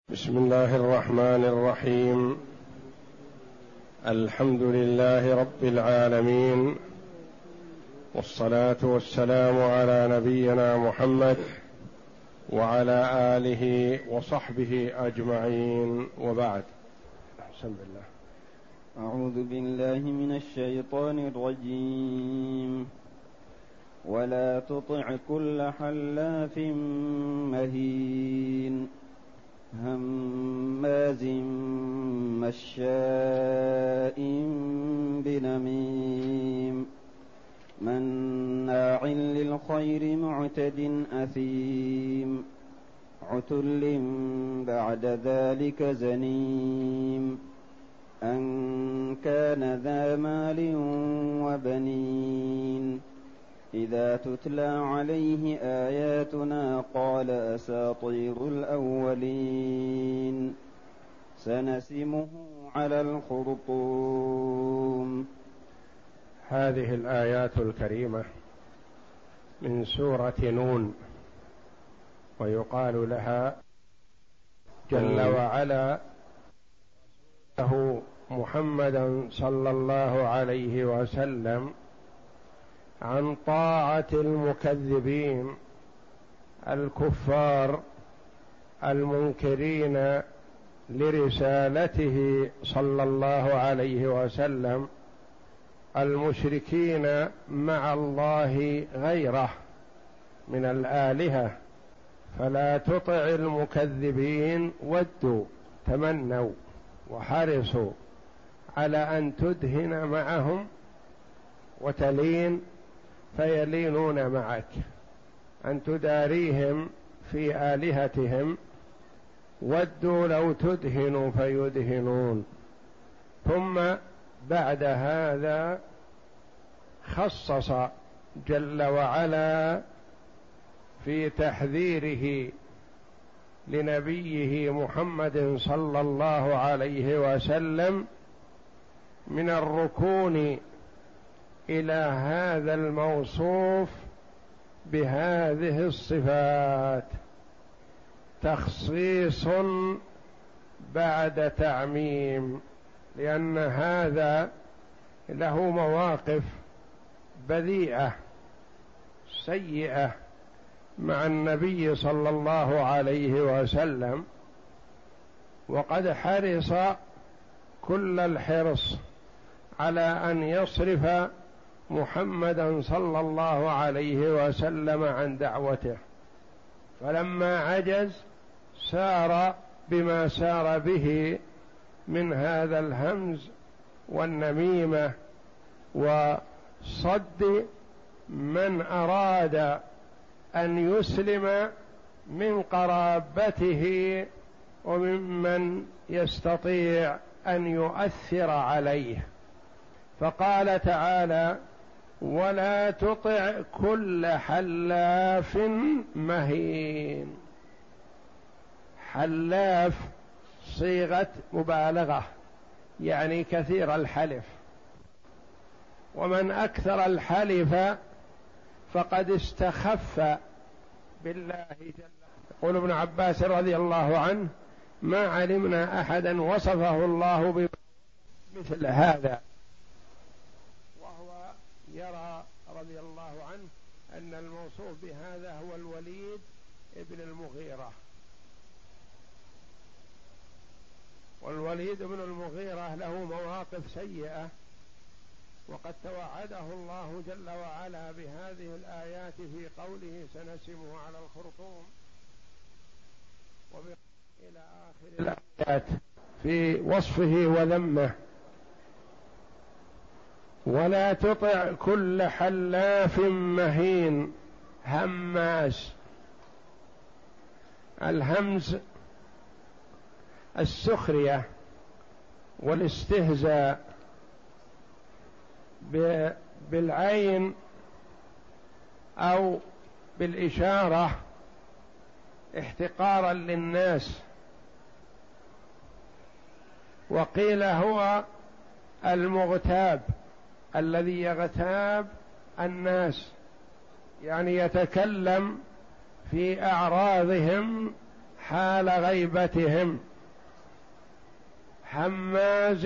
بسم الله الرحمن الرحيم. الحمد لله رب العالمين، والصلاة والسلام على نبينا محمد وعلى آله وصحبه أجمعين، وبعد. بسم الله. أعوذ بالله من الشيطان الرجيم. ولا تطع كل حلاف مهين هماز مشاء بنميم مناع للخير معتد أثيم عتل بعد ذلك زنيم أن كان ذا مال وبنين إذا تتلى عليه آياتنا قال أساطير الأولين سنسمه على الخرطوم. هذه الآيات الكريمة من سورة نون، ويقال لها جل وعلا له محمدا صلى الله عليه وسلم عن طاعة المكذبين الكفار المنكرين لرسالته صلى الله عليه وسلم، المشركين مع الله غيره من الآلهة. فلا تطع المكذبين، ودوا تمنوا وحرصوا على أن تدهن معهم وتلين فيلينون معك، أن تداريهم في آلهتهم. ودوا لو تدهن فيدهنون. ثم بعد هذا خصص جل وعلا في تحذيره لنبيه محمد صلى الله عليه وسلم من الركون إلى هذا الموصوف بهذه الصفات تخصيص بعد تعميم، لأن هذا له مواقف بذيئة سيئة مع النبي صلى الله عليه وسلم، وقد حرص كل الحرص على أن يصرف محمدا صلى الله عليه وسلم عن دعوته، فلما عجز سار بما سار به من هذا الهمز والنميمة وصد من أراد أن يسلم من قرابته وممن يستطيع أن يؤثر عليه. فقال تعالى: ولا تطع كل حلاف مهين. حلاف صيغة مبالغة، يعني كثير الحلف، ومن أكثر الحلف فقد استخف بالله جل وعلا. يقول ابن عباس رضي الله عنه: ما علمنا أحدا وصفه الله بمثل هذا، وهو يرى رضي الله عنه أن الموصوف بهذا هو الوليد ابن المغيرة، والوليد ابن المغيرة له مواقف سيئة، وقد توعده الله جل وعلا بهذه الآيات في قوله: سنسمه على الخرطوم، إلى آخر الآيات في وصفه وذمه. ولا تطع كل حلاف مهين هماز. الهمز السخرية والاستهزاء بالعين أو بالإشارة احتقارا للناس، وقيل هو المغتاب الذي يغتاب الناس، يعني يتكلم في أعراضهم حال غيبتهم. هماز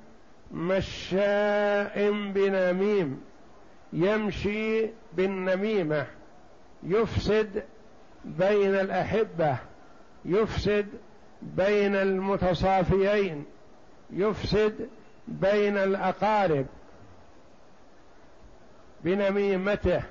مشاء بنميم، يمشي بالنميمة، يفسد بين الأحبة، يفسد بين المتصافيين، يفسد بين الأقارب بنميمته.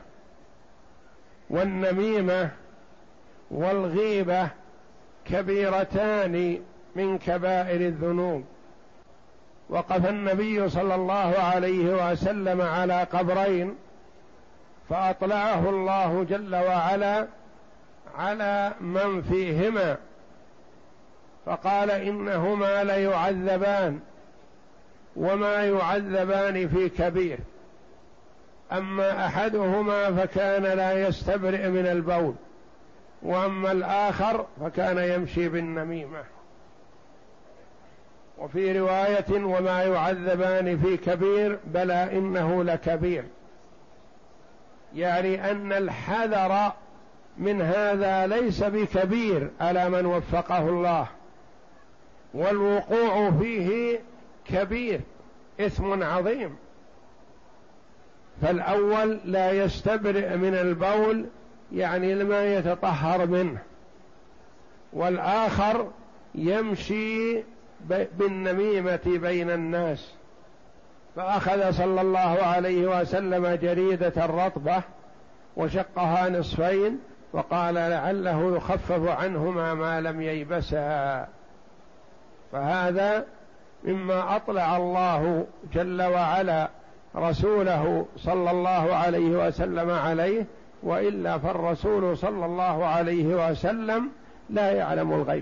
والنميمة والغيبة كبيرتان من كبائر الذنوب. وقف النبي صلى الله عليه وسلم على قبرين فأطلعه الله جل وعلا على من فيهما، فقال إنهما ليعذبان وما يعذبان في كبير، أما أحدهما فكان لا يستبرئ من البول، وأما الآخر فكان يمشي بالنميمة. وفي رواية وما يعذبان في كبير بلى إنه لكبير، يعني أن الحذر من هذا ليس بكبير على من وفقه الله، والوقوع فيه كبير، إثم عظيم. فالأول لا يستبرئ من البول يعني لما يتطهر منه، والآخر يمشي بالنميمة بين الناس. فأخذ صلى الله عليه وسلم جريدة رطبة وشقها نصفين وقال لعله يخفف عنهما ما لم ييبسا. فهذا مما أطلع الله جل وعلا رسوله صلى الله عليه وسلم عليه، وإلا فالرسول صلى الله عليه وسلم لا يعلم الغيب.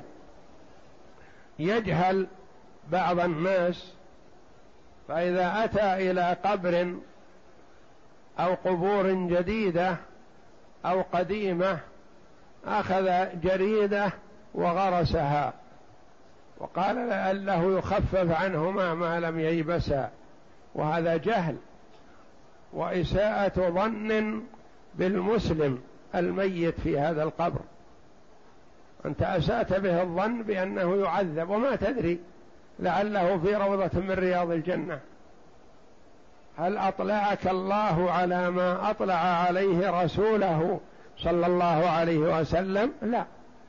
يجهل بعض الناس، فإذا أتى إلى قبر أو قبور جديدة أو قديمة أخذ جريدة وغرسها وقال لعله يخفف عنهما ما لم ييبسا، وهذا جهل وإساءة ظن بالمسلم الميت في هذا القبر. أنت أسأت به الظن بأنه يعذب وما تدري، لعله في روضة من رياض الجنة. هل أطلعك الله على ما أطلع عليه رسوله صلى الله عليه وسلم؟ لا.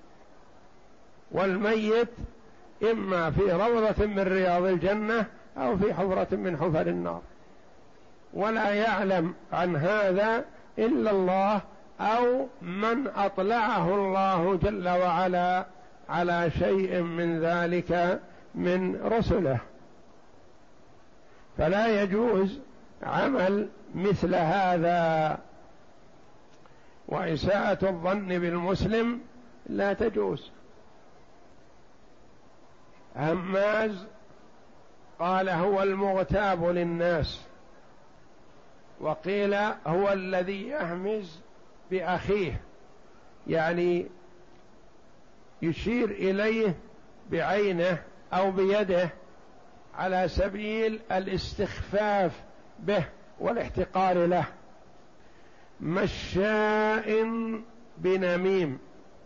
والميت إما في روضة من رياض الجنة أو في حفرة من حفر النار، ولا يعلم عن هذا إلا الله أو من أطلعه الله جل وعلا على شيء من ذلك من رسله. فلا يجوز عمل مثل هذا، وإساءة الظن بالمسلم لا تجوز. هماز قال هو المغتاب للناس، وقيل هو الذي يهمز بأخيه، يعني يشير إليه بعينه أو بيده على سبيل الاستخفاف به والاحتقار له. مشاء بنميم،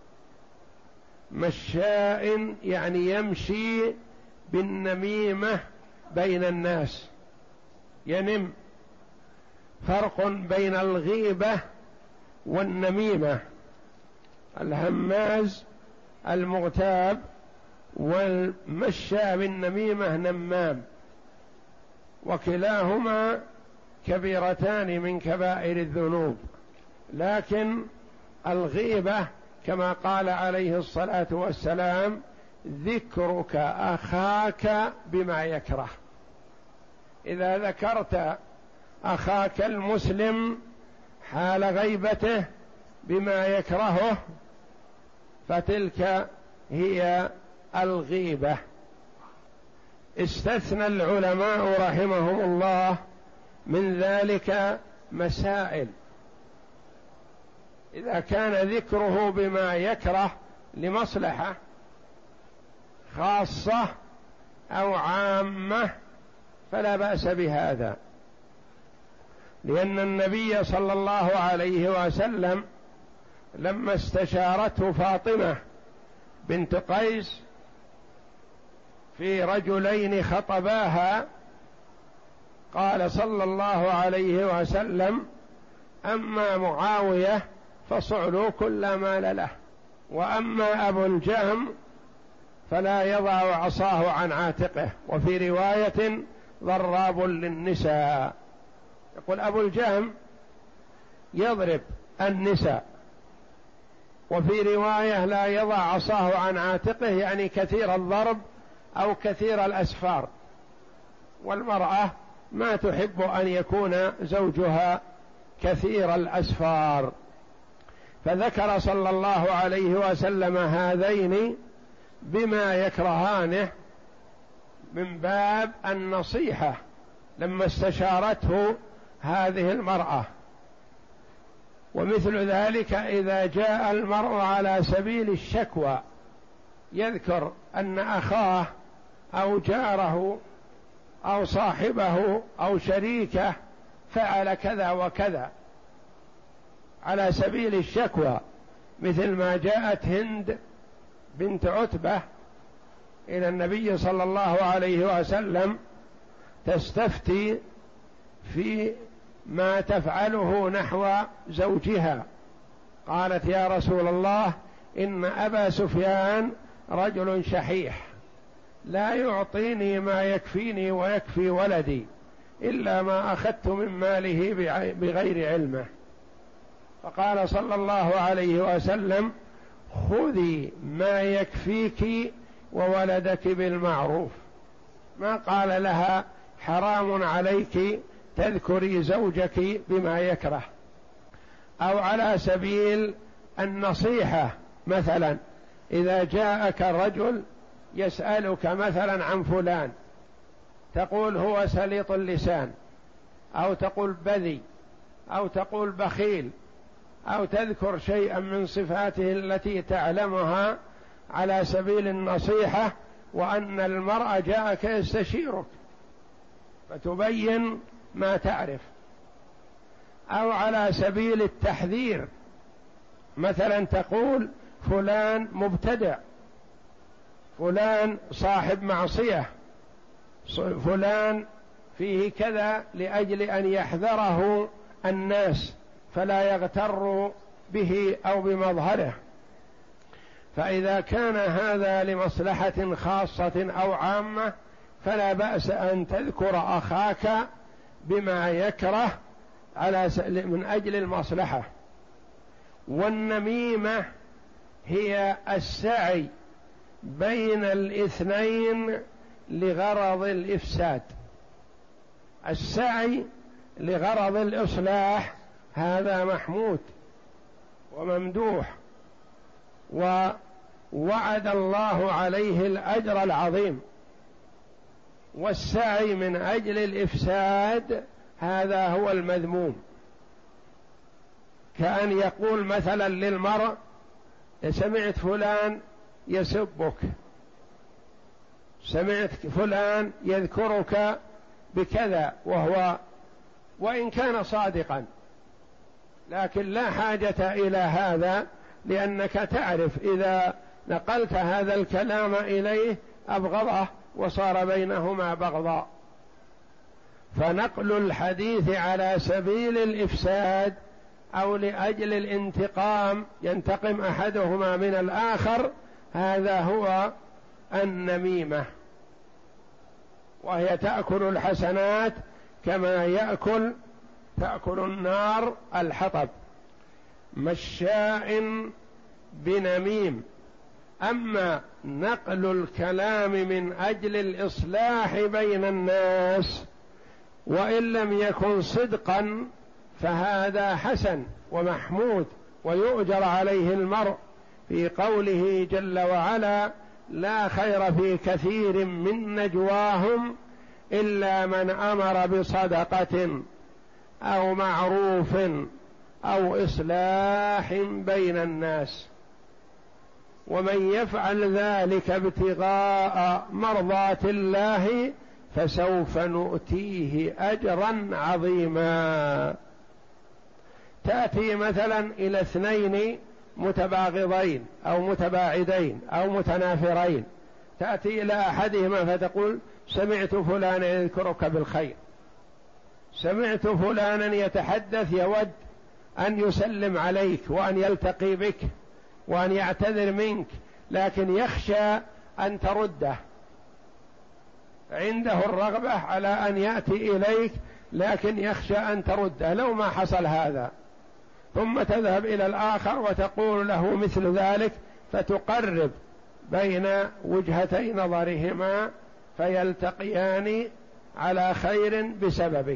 مشاء يعني يمشي بالنميمة بين الناس، ينم. فرق بين الغيبة والنميمة. الهماز المغتاب، والمشى بالنميمة نمام، وكلاهما كبيرتان من كبائر الذنوب. لكن الغيبة كما قال عليه الصلاة والسلام ذكرك أخاك بما يكره. إذا ذكرت أخاك المسلم حال غيبته بما يكرهه فتلك هي الغيبة. استثنى العلماء رحمهم الله من ذلك مسائل. إذا كان ذكره بما يكره لمصلحة خاصة أو عامة فلا بأس بهذا، لأن النبي صلى الله عليه وسلم لما استشارته فاطمة بنت قيس في رجلين خطباها قال صلى الله عليه وسلم: أما معاوية فصعلوا كل مال له، وأما أبو الجهم فلا يضع عصاه عن عاتقه. وفي رواية: ضراب للنساء. يقول أبو الجهم يضرب النساء، وفي رواية: لا يضع عصاه عن عاتقه، يعني كثير الضرب أو كثير الأسفار، والمرأة ما تحب أن يكون زوجها كثير الأسفار. فذكر صلى الله عليه وسلم هذين بما يكرهانه من باب النصيحة لما استشارته هذه المرأة. ومثل ذلك إذا جاء المرء على سبيل الشكوى يذكر أن أخاه أو جاره أو صاحبه أو شريكه فعل كذا وكذا على سبيل الشكوى، مثل ما جاءت هند بنت عتبة إلى النبي صلى الله عليه وسلم تستفتي في ما تفعله نحو زوجها. قالت: يا رسول الله، إن أبا سفيان رجل شحيح لا يعطيني ما يكفيني ويكفي ولدي إلا ما أخذت من ماله بغير علمه. فقال صلى الله عليه وسلم: خذي ما يكفيك وولدك بالمعروف. ما قال لها: حرام عليك تذكري زوجك بما يكره. أو على سبيل النصيحة، مثلا إذا جاءك الرجل يسألك مثلا عن فلان، تقول: هو سليط اللسان، أو تقول بذي، أو تقول بخيل، أو تذكر شيئا من صفاته التي تعلمها على سبيل النصيحة، وأن المرء جاءك يستشيرك فتبين ما تعرف. أو على سبيل التحذير، مثلا تقول: فلان مبتدع، فلان صاحب معصية، فلان فيه كذا، لأجل أن يحذره الناس فلا يغتروا به أو بمظهره. فإذا كان هذا لمصلحة خاصة أو عامة فلا بأس أن تذكر أخاك بما يكره من أجل المصلحة. والنميمة هي السعي بين الاثنين لغرض الإفساد. السعي لغرض الإصلاح هذا محمود وممدوح، ووعد الله عليه الأجر العظيم. والسعي من أجل الإفساد هذا هو المذموم، كأن يقول مثلا للمرء: سمعت فلان يسبك، سمعت فلان يذكرك بكذا، وإن كان صادقا، لكن لا حاجة إلى هذا، لأنك تعرف إذا نقلت هذا الكلام إليه أبغضه وصار بينهما بغضاء. فنقل الحديث على سبيل الإفساد أو لأجل الانتقام، ينتقم أحدهما من الآخر، هذا هو النميمة، وهي تأكل الحسنات كما تأكل النار الحطب. مشاء بنميم. أما نقل الكلام من أجل الإصلاح بين الناس وإن لم يكن صدقا فهذا حسن ومحمود ويؤجر عليه المرء، في قوله جل وعلا: لا خير في كثير من نجواهم إلا من أمر بصدقة أو معروف أو إصلاح بين الناس، ومن يفعل ذلك ابتغاء مرضات الله فسوف نؤتيه أجرا عظيما. تأتي مثلا إلى اثنين متباغضين أو متباعدين أو متنافرين، تأتي إلى أحدهما فتقول سمعت فلانا يذكرك بالخير، سمعت فلانا يتحدث يود أن يسلم عليك وأن يلتقي بك وأن يعتذر منك، لكن يخشى أن ترده، عنده الرغبة على أن يأتي إليك لكن يخشى أن ترده. لو ما حصل هذا ثم تذهب إلى الآخر وتقول له مثل ذلك، فتقرب بين وجهتي نظرهما فيلتقيان على خير بسببك،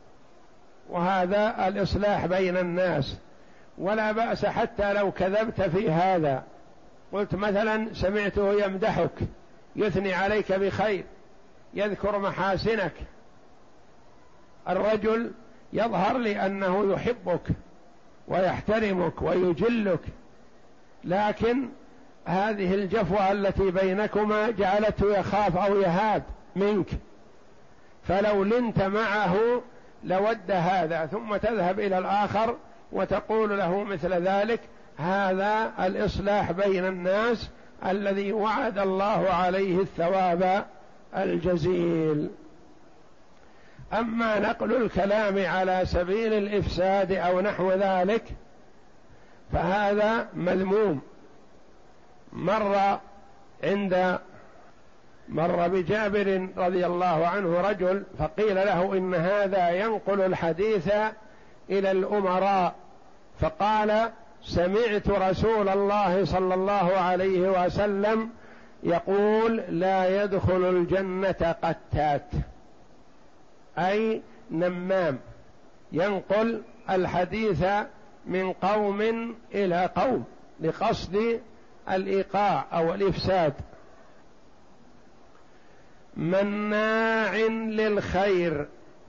وهذا الإصلاح بين الناس. ولا بأس حتى لو كذبت في هذا، قلت مثلا سمعته يمدحك يثني عليك بخير يذكر محاسنك، الرجل يظهر لي أنه يحبك ويحترمك ويجلك، لكن هذه الجفوة التي بينكما جعلته يخاف أو يهاب منك، فلو لنت معه لود هذا، ثم تذهب إلى الآخر وتقول له مثل ذلك. هذا الإصلاح بين الناس الذي وعد الله عليه الثواب الجزيل. أما نقل الكلام على سبيل الإفساد أو نحو ذلك فهذا مذموم. مر بجابر رضي الله عنه رجل فقيل له إن هذا ينقل الحديث إلى الأمراء، فقال سمعت رسول الله صلى الله عليه وسلم يقول لا يدخل الجنة قتات، أي نمام ينقل الحديث من قوم إلى قوم لقصد الإيقاع أو الإفساد. مناع للخير،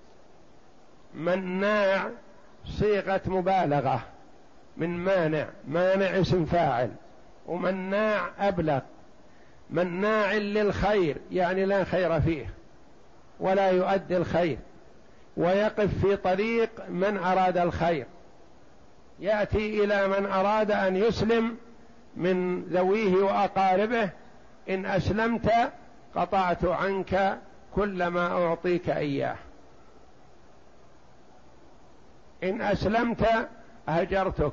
مناع صيغة مبالغة من مانع اسم فاعل، ومناع أبلغ. مناع للخير يعني لا خير فيه ولا يؤدي الخير، ويقف في طريق من أراد الخير، يأتي إلى من أراد أن يسلم من ذويه وأقاربه، إن أسلمت قطعت عنك كل ما أعطيك إياه، إن أسلمت هجرتك،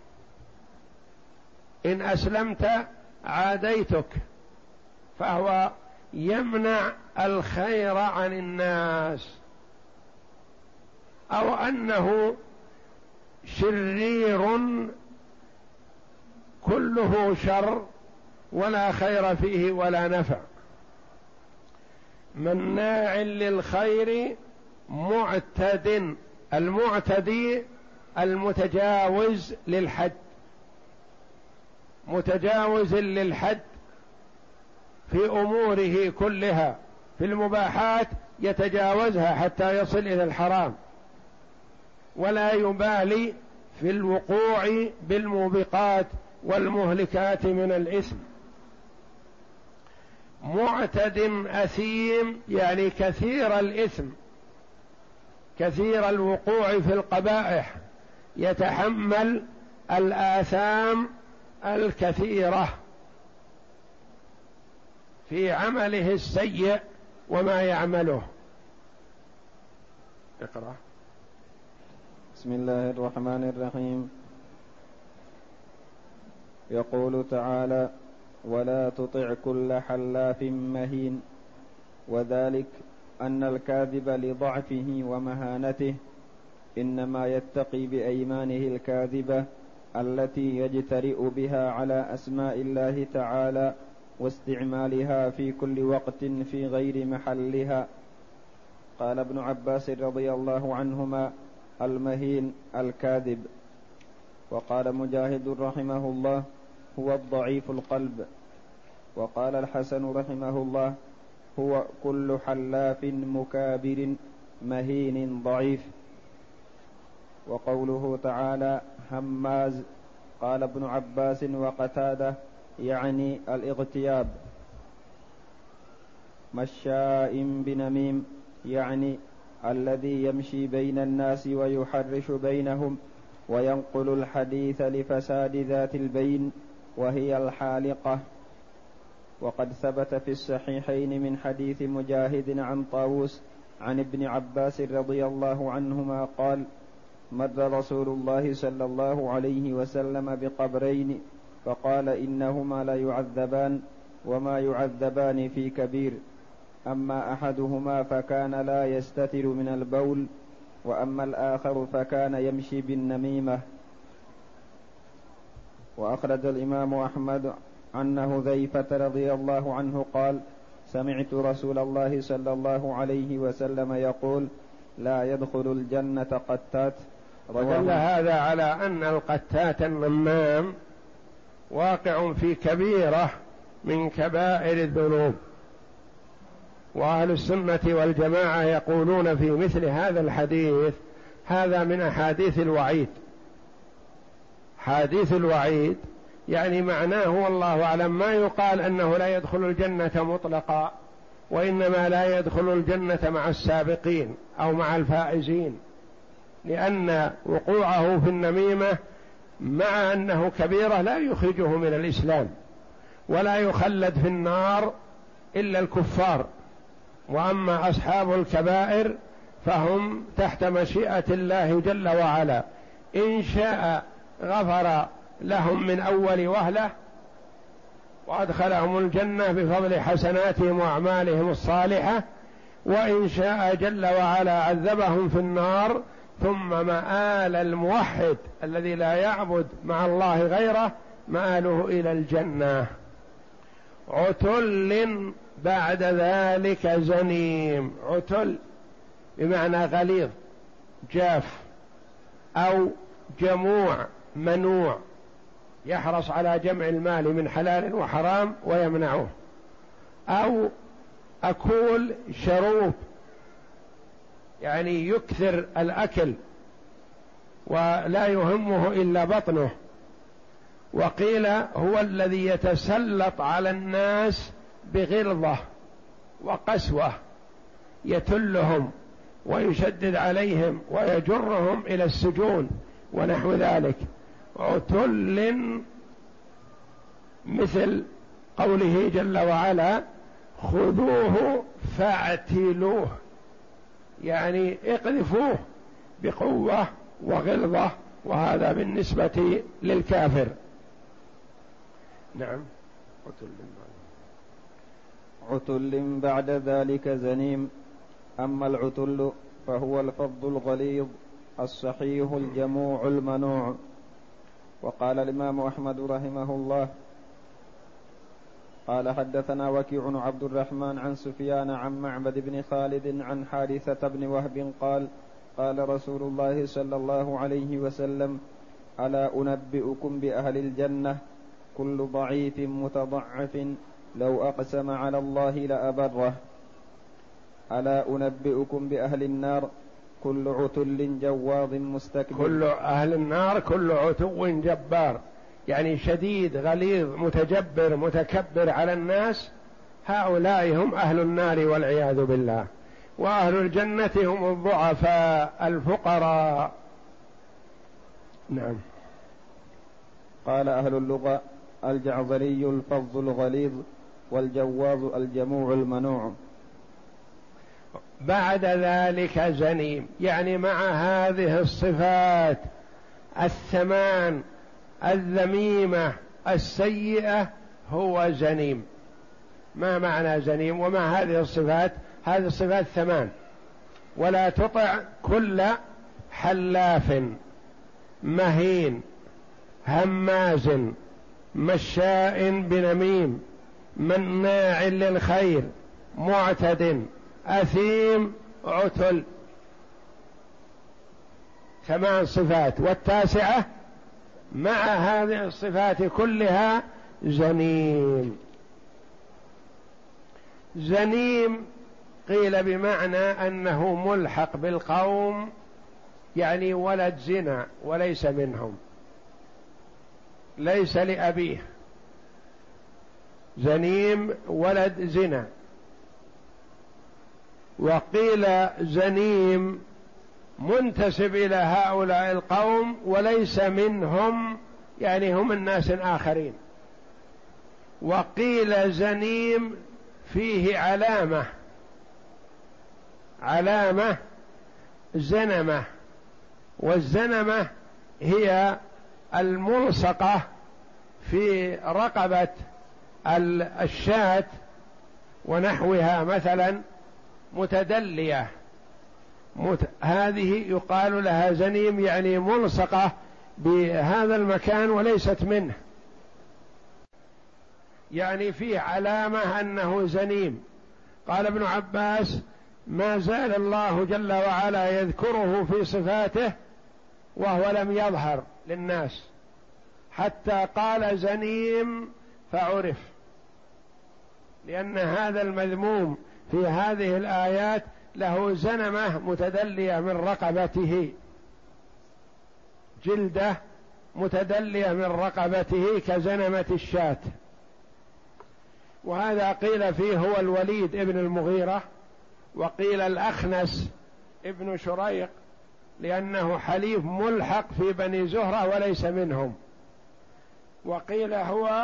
إن أسلمت عاديتك، فهو يمنع الخير عن الناس، أو أنه شرير كله شر ولا خير فيه ولا نفع. مناع للخير معتد، المعتدي المتجاوز للحد، متجاوز للحد في أموره كلها، في المباحات يتجاوزها حتى يصل إلى الحرام، ولا يبالي في الوقوع بالموبقات والمهلكات من الإثم. معتد أثيم يعني كثير الإثم، كثير الوقوع في القبائح، يتحمل الآثام الكثيرة في عمله السيء وما يعمله. اقرأ. بسم الله الرحمن الرحيم. يقول تعالى: ولا تطع كل حلاف مهين، وذلك أن الكاذب لضعفه ومهانته إنما يتقي بأيمانه الكاذبة التي يجترئ بها على أسماء الله تعالى واستعمالها في كل وقت في غير محلها. قال ابن عباس رضي الله عنهما: المهين الكاذب. وقال مجاهد رحمه الله: هو الضعيف القلب. وقال الحسن رحمه الله: هو كل حلاف مكابر مهين ضعيف. وقوله تعالى هماز، قال ابن عباس وقتاده يعني الاغتياب. مشاء بنميم يعني الذي يمشي بين الناس ويحرش بينهم وينقل الحديث لفساد ذات البين وهي الحالقة. وقد ثبت في الصحيحين من حديث مجاهد عن طاووس عن ابن عباس رضي الله عنهما قال: مر رسول الله صلى الله عليه وسلم بقبرين فقال: إنهما لا يعذبان وما يعذبان في كبير، أما أحدهما فكان لا يستتر من البول، وأما الآخر فكان يمشي بالنميمة. وأخرج الإمام أحمد عن حذيفة رضي الله عنه قال: سمعت رسول الله صلى الله عليه وسلم يقول: لا يدخل الجنة قتات. ودل هذا على أن القتات النمام واقع في كبيرة من كبائر الذنوب، وأهل السنة والجماعة يقولون في مثل هذا الحديث هذا من أحاديث الوعيد. حديث الوعيد يعني معناه والله أعلم ما يقال أنه لا يدخل الجنة مطلقا، وإنما لا يدخل الجنة مع السابقين أو مع الفائزين، لأن وقوعه في النميمة مع أنه كبيرة لا يخرجه من الإسلام، ولا يخلد في النار إلا الكفار، وأما أصحاب الكبائر فهم تحت مشيئة الله جل وعلا، إن شاء غفر لهم من أول وهلة وأدخلهم الجنة بفضل حسناتهم وأعمالهم الصالحة، وإن شاء جل وعلا عذبهم في النار، ثم مآل الموحد الذي لا يعبد مع الله غيره مآله إلى الجنة. عتل بعد ذلك زنيم. عتل بمعنى غليظ جاف، أو جموع منوع، يحرص على جمع المال من حلال وحرام ويمنعه، أو أكول شروب يعني يكثر الأكل ولا يهمه إلا بطنه. وقيل هو الذي يتسلط على الناس بغلظة وقسوة، يتلهم ويشدد عليهم ويجرهم إلى السجون ونحو ذلك. عتل مثل قوله جل وعلا: خذوه فاعتلوه، يعني اقذفوه بقوة وغلظة، وهذا بالنسبة للكافر. نعم. عتل بعد ذلك زنيم. أما العتل فهو الفظ الغليظ الصحيح الجموع المنوع. وقال الإمام أحمد رحمه الله: قال حدثنا وكيع عبد الرحمن عن سفيان عن معبد بن خالد عن حارثة بن وهب قال: قال رسول الله صلى الله عليه وسلم: ألا أنبئكم بأهل الجنة؟ كل ضعيف متضعف لو أقسم على الله لأبره. ألا أنبئكم بأهل النار؟ كل عتل جواظ مستكبر. كل أهل النار كل عتو جبار، يعني شديد غليظ متجبر متكبر على الناس، هؤلاء هم أهل النار والعياذ بالله. وأهل الجنة هم الضعفاء الفقراء. نعم. قال أهل اللغة: الجعظري الفظ الغليظ، والجواظ الجموع المنوع. بعد ذلك زنيم، يعني مع هذه الصفات الثمان الذميمة السيئة هو زنيم. ما معنى زنيم وما هذه الصفات؟ هذه الصفات ثمان: ولا تطع كل حلاف مهين هماز مشاء بنميم مناع للخير معتد أثيم عتل. ثمان صفات، والتاسعة مع هذه الصفات كلها زنيم. زنيم قيل بمعنى أنه ملحق بالقوم، يعني ولد زنا وليس منهم، ليس لأبيه، زنيم ولد زنا. وقيل زنيم منتسب إلى هؤلاء القوم وليس منهم، يعني هم الناس آخرين. وقيل زنيم فيه علامة زنمة، والزنمة هي الملصقة في رقبة الشاة ونحوها، مثلا متدلية، هذه يقال لها زنيم، يعني ملصقة بهذا المكان وليست منه، يعني فيه علامة أنه زنيم. قال ابن عباس: ما زال الله جل وعلا يذكره في صفاته وهو لم يظهر للناس حتى قال زنيم فعرف، لأن هذا المذموم في هذه الآيات له زنمة متدلية من رقبته، جلدة متدلية من رقبته كزنمة الشاة. وهذا قيل فيه هو الوليد ابن المغيرة، وقيل الأخنس ابن شريق، لأنه حليف ملحق في بني زهرة وليس منهم. وقيل هو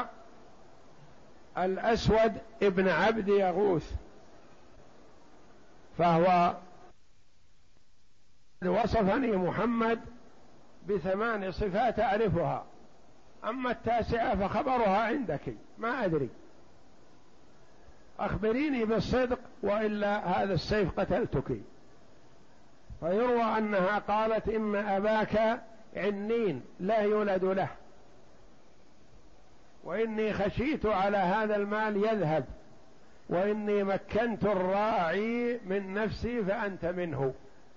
الأسود ابن عبد يغوث، فهو وصفني محمد ب8 صفات أعرفها، أما التاسعة فخبرها عندك ما أدري، أخبريني بالصدق وإلا هذا السيف قتلتك. فيروى أنها قالت: إن أباك عنين لا يولد له، وإني خشيت على هذا المال يذهب، وإني مكنت الراعي من نفسي فأنت منه.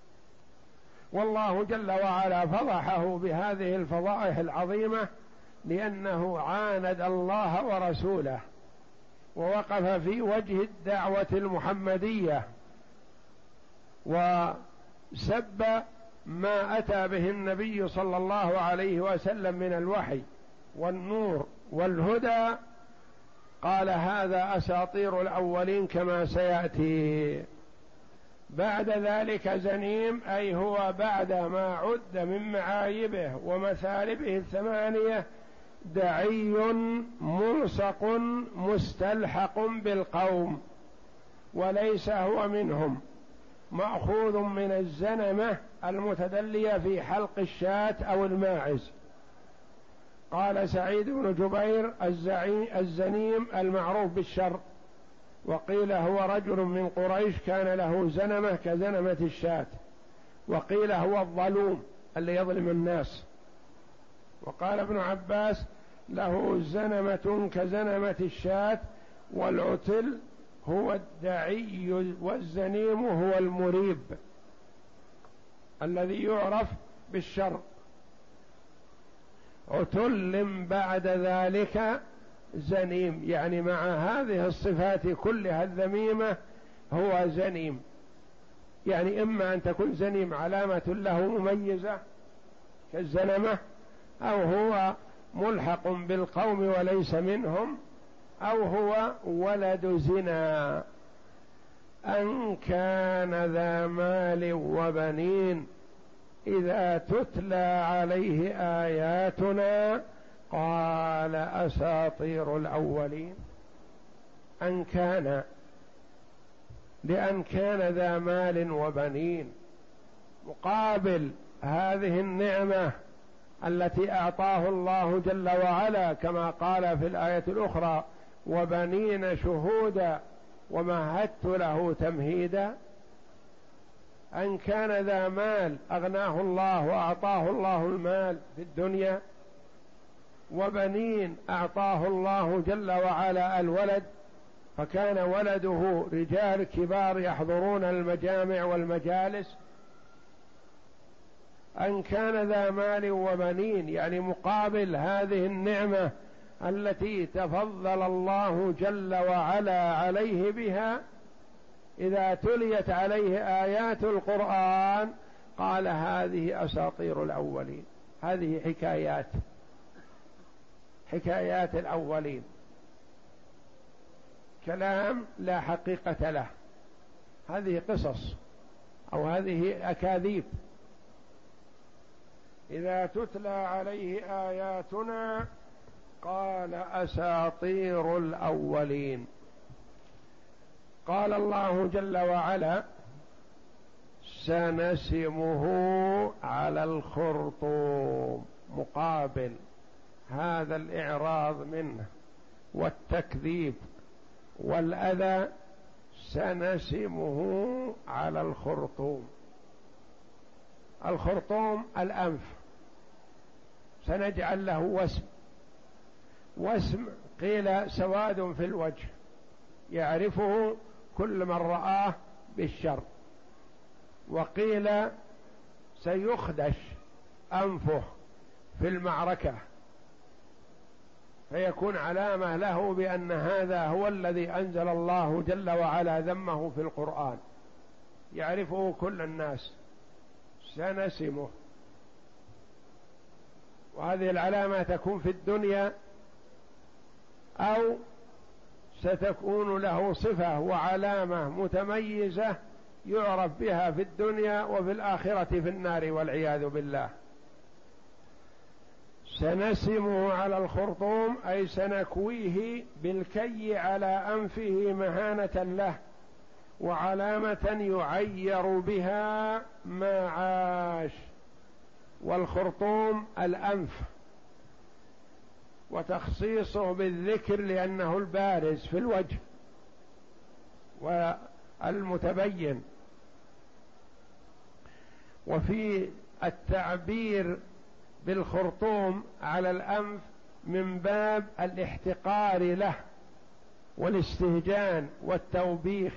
والله جل وعلا فضحه بهذه الفضائح العظيمة، لأنه عاند الله ورسوله ووقف في وجه الدعوة المحمدية، وسب ما أتى به النبي صلى الله عليه وسلم من الوحي والنور والهدى. قال: هذا أساطير الأولين كما سيأتي. بعد ذلك زنيم، أي هو بعد ما عد من معايبه ومثالبه 8 دعي ملصق مستلحق بالقوم، وليس هو منهم، مأخوذ من الزنمة المتدلية في حلق الشاة أو الماعز. قال سعيد بن جبير: الزنيم المعروف بالشر. وقيل هو رجل من قريش كان له زنمة كزنمة الشاة. وقيل هو الظلوم اللي يظلم الناس. وقال ابن عباس: له زنمة كزنمة الشاة، والعتل هو الدعي، والزنيم هو المريب الذي يعرف بالشر. عتل بعد ذلك زنيم، يعني مع هذه الصفات كلها الذميمة هو زنيم. يعني إما أن تكون زنيم علامة له مميزة كالزنمة، أو هو ملحق بالقوم وليس منهم، أو هو ولد زنا. أن كان ذا مال وبنين إذا تتلى عليه آياتنا قال أساطير الأولين. أن كان، لأن كان ذا مال وبنين، مقابل هذه النعمة التي أعطاه الله جل وعلا، كما قال في الآية الأخرى: وبنين شهودا ومهدت له تمهيدا. أن كان ذا مال أغناه الله وأعطاه الله المال في الدنيا، وبنين أعطاه الله جل وعلا الولد، فكان ولده رجال كبار يحضرون المجامع والمجالس. أن كان ذا مال وبنين، يعني مقابل هذه النعمة التي تفضل الله جل وعلا عليه بها، إذا تليت عليه آيات القرآن قال: هذه أساطير الأولين، هذه حكايات الأولين، كلام لا حقيقة له، هذه قصص أو هذه أكاذيب إذا تتلى عليه آياتنا قال أساطير الأولين. قال الله جل وعلا سنسمه على الخرطوم، مقابل هذا الإعراض منه والتكذيب والأذى، سنسمه على الخرطوم. الخرطوم الأنف، سنجعل له وسم. وسم قيل سواد في الوجه يعرفه كل من رآه بالشر، وقيل سيخدش أنفه في المعركة فيكون علامة له بأن هذا هو الذي أنزل الله جل وعلا ذمه في القرآن، يعرفه كل الناس. سنسمه، وهذه العلامة تكون في الدنيا أو ستكون له صفة وعلامة متميزة يعرف بها في الدنيا وفي الآخرة في النار والعياذ بالله. سنسمه على الخرطوم أي سنكويه بالكي على أنفه مهانة له وعلامة يعير بها ما عاش. والخرطوم الأنف، وتخصيصه بالذكر لأنه البارز في الوجه والمتبين. وفي التعبير بالخرطوم على الأنف من باب الاحتقار له والاستهجان والتوبيخ،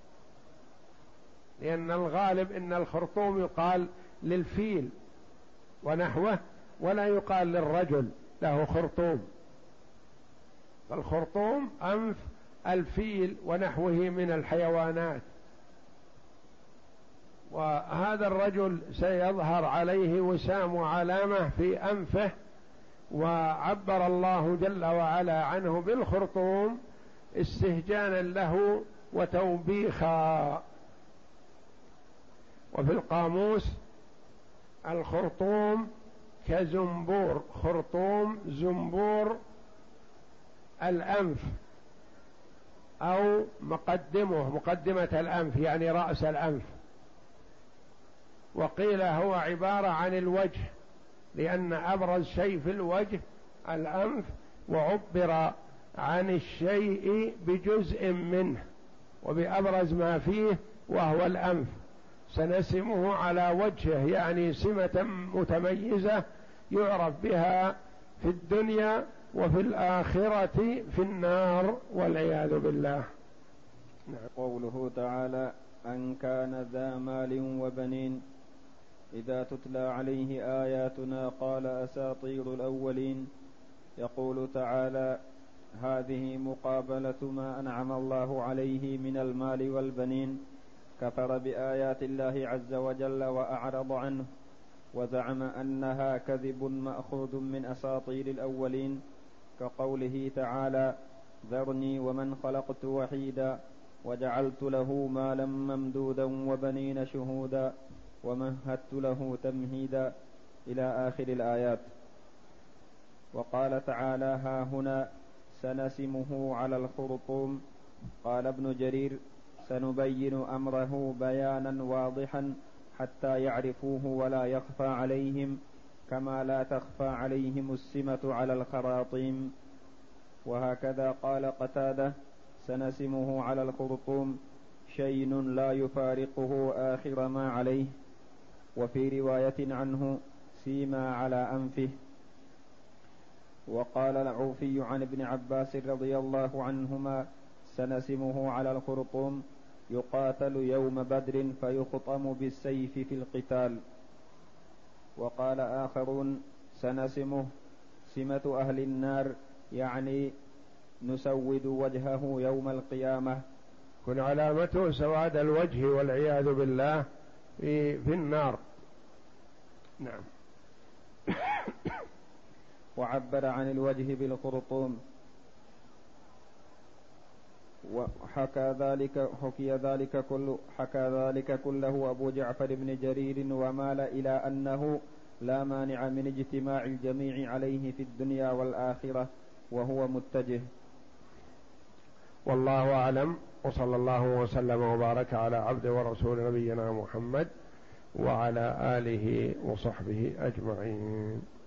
لأن الغالب إن الخرطوم يقال للفيل ونحوه ولا يقال للرجل له خرطوم. فالخرطوم أنف الفيل ونحوه من الحيوانات. وهذا الرجل سيظهر عليه وسام وعلامة في أنفه، وعبر الله جل وعلا عنه بالخرطوم استهجانا له وتوبيخا. وفي القاموس الخرطوم كزنبور، خرطوم زنبور الأنف أو مقدمة الأنف يعني رأس الأنف. وقيل هو عبارة عن الوجه لأن أبرز شيء في الوجه الأنف، وعبر عن الشيء بجزء منه وبأبرز ما فيه وهو الأنف. سنسمه على وجهه يعني سمة متميزة يعرف بها في الدنيا وفي الآخرة في النار والعياذ بالله. قوله تعالى أن كان ذا مال وبنين إذا تتلى عليه آياتنا قال أساطير الأولين. يقول تعالى هذه مقابلة ما أنعم الله عليه من المال والبنين، كفر بآيات الله عز وجل وأعرض عنه وزعم أنها كذب مأخوذ من أساطير الأولين، كقوله تعالى ذرني ومن خلقت وحيدا وجعلت له مالا ممدودا وبنين شهودا ومهدت له تمهيدا إلى آخر الآيات. وقال تعالى ها هنا سنسمه على الخرطوم. قال ابن جرير سنبين أمره بيانا واضحا حتى يعرفوه ولا يخفى عليهم كما لا تخفى عليهم السمة على الخراطيم. وهكذا قال قتادة سنسمه على الخرطوم شين لا يفارقه آخر ما عليه. وفي رواية عنه سيما على أنفه. وقال العوفي عن ابن عباس رضي الله عنهما سنسمه على الخرطوم يقاتل يوم بدر فيخطم بالسيف في القتال. وقال آخرون سنسمه سمة أهل النار يعني نسود وجهه يوم القيامة، كن علامته سواد الوجه والعياذ بالله في النار. نعم. وعبر عن الوجه بالخرطوم. وحكى ذلك كله أبو جعفر بن جرير ومال إلى أنه لا مانع من اجتماع الجميع عليه في الدنيا والآخرة وهو متجه. والله أعلم، وصلى الله وسلم وبارك على عبد ورسول نبينا محمد وعلى آله وصحبه أجمعين.